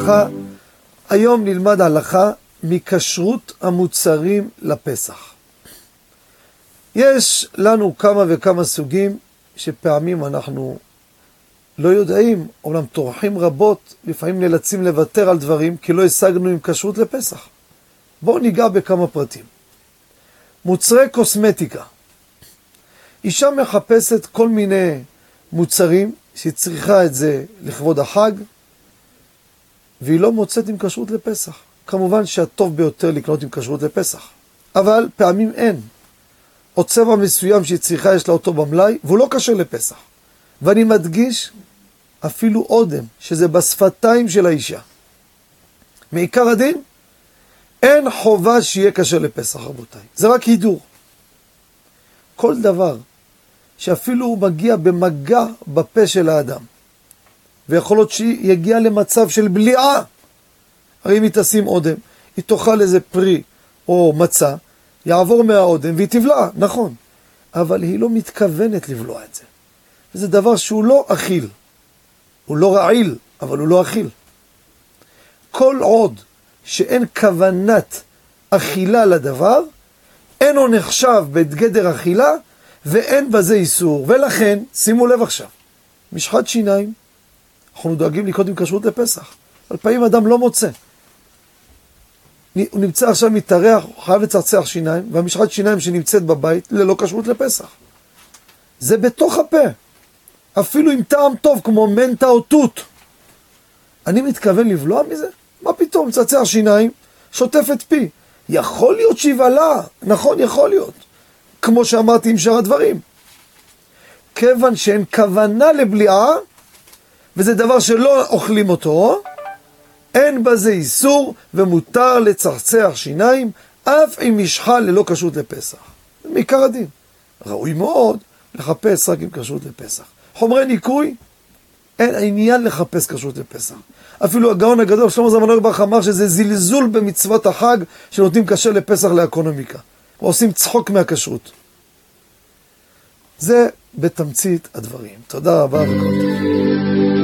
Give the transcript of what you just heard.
וברכה. היום נלמד הלכה מכשרות המוצרים לפסח. יש לנו כמה וכמה סוגים שפעמים אנחנו לא יודעים, אומנם טורחים רבות, לפעמים נאלצים לוותר על דברים כי לא השגנו עם כשרות לפסח. בואו ניגע בכמה פרטים. מוצרי קוסמטיקה. אישה מחפשת כל מיני מוצרים שהיא צריכה את זה לכבוד החג, והיא לא מוצאת עם כשרות לפסח. כמובן שהטוב ביותר לקנות עם כשרות לפסח. אבל פעמים אין. או צבע מסוים שהיא צריכה יש לה אותו במלאי, והוא לא כשר לפסח. ואני מדגיש אפילו אודם, שזה בשפתיים של האישה. מעיקר הדין, אין חובה שיהיה כשר לפסח, רבותיי. זה רק הידור. כל דבר שאפילו הוא מגיע במגע בפה של האדם, ויכול להיות שהיא יגיע למצב של בליעה. הרי אם היא תשים אודם, היא תאכל איזה פרי או מצה, יעבור מהאודם והיא תבלע, נכון. אבל היא לא מתכוונת לבלוע את זה. וזה דבר שהוא לא אכיל. הוא לא רעיל, אבל הוא לא אכיל. כל עוד שאין כוונת אכילה לדבר, אינו נחשב בגדר אכילה, ואין בזה איסור. ולכן, שימו לב עכשיו, משחת שיניים, אנחנו דואגים לקנות עם כשרות לפסח. על פעמים אדם לא מוצא. הוא נמצא עכשיו מתארח, הוא חייב לצרצח שיניים, והמשחת שיניים שנמצאת בבית ללא כשרות לפסח. זה בתוך הפה. אפילו עם טעם טוב כמו מנטה או תות. אני מתכוון לבלוע מזה? מה פתאום? צרצח שיניים, שוטף את פי. יכול להיות שיבלע, נכון, יכול להיות. כמו שאמרתי עם שאר הדברים. כיוון שאין כוונה לבליעה, וזה דבר שלא אוכלים אותו, אין בזה איסור ומותר לצרצח שיניים, אף אם משחה ללא כשרות לפסח. זה מעיקר הדין. ראוי מאוד לחפש רק עם כשרות לפסח. חומרי ניקוי, אין עניין לחפש כשרות לפסח. אפילו הגאון הגדול, שלמה זלמן אוירבך, אמר שזה זלזול במצוות החג שנותנים כשר לפסח לאקונומיקה. ועושים צחוק מהכשרות. זה בתמצית הדברים. תודה רבה וכל טוב.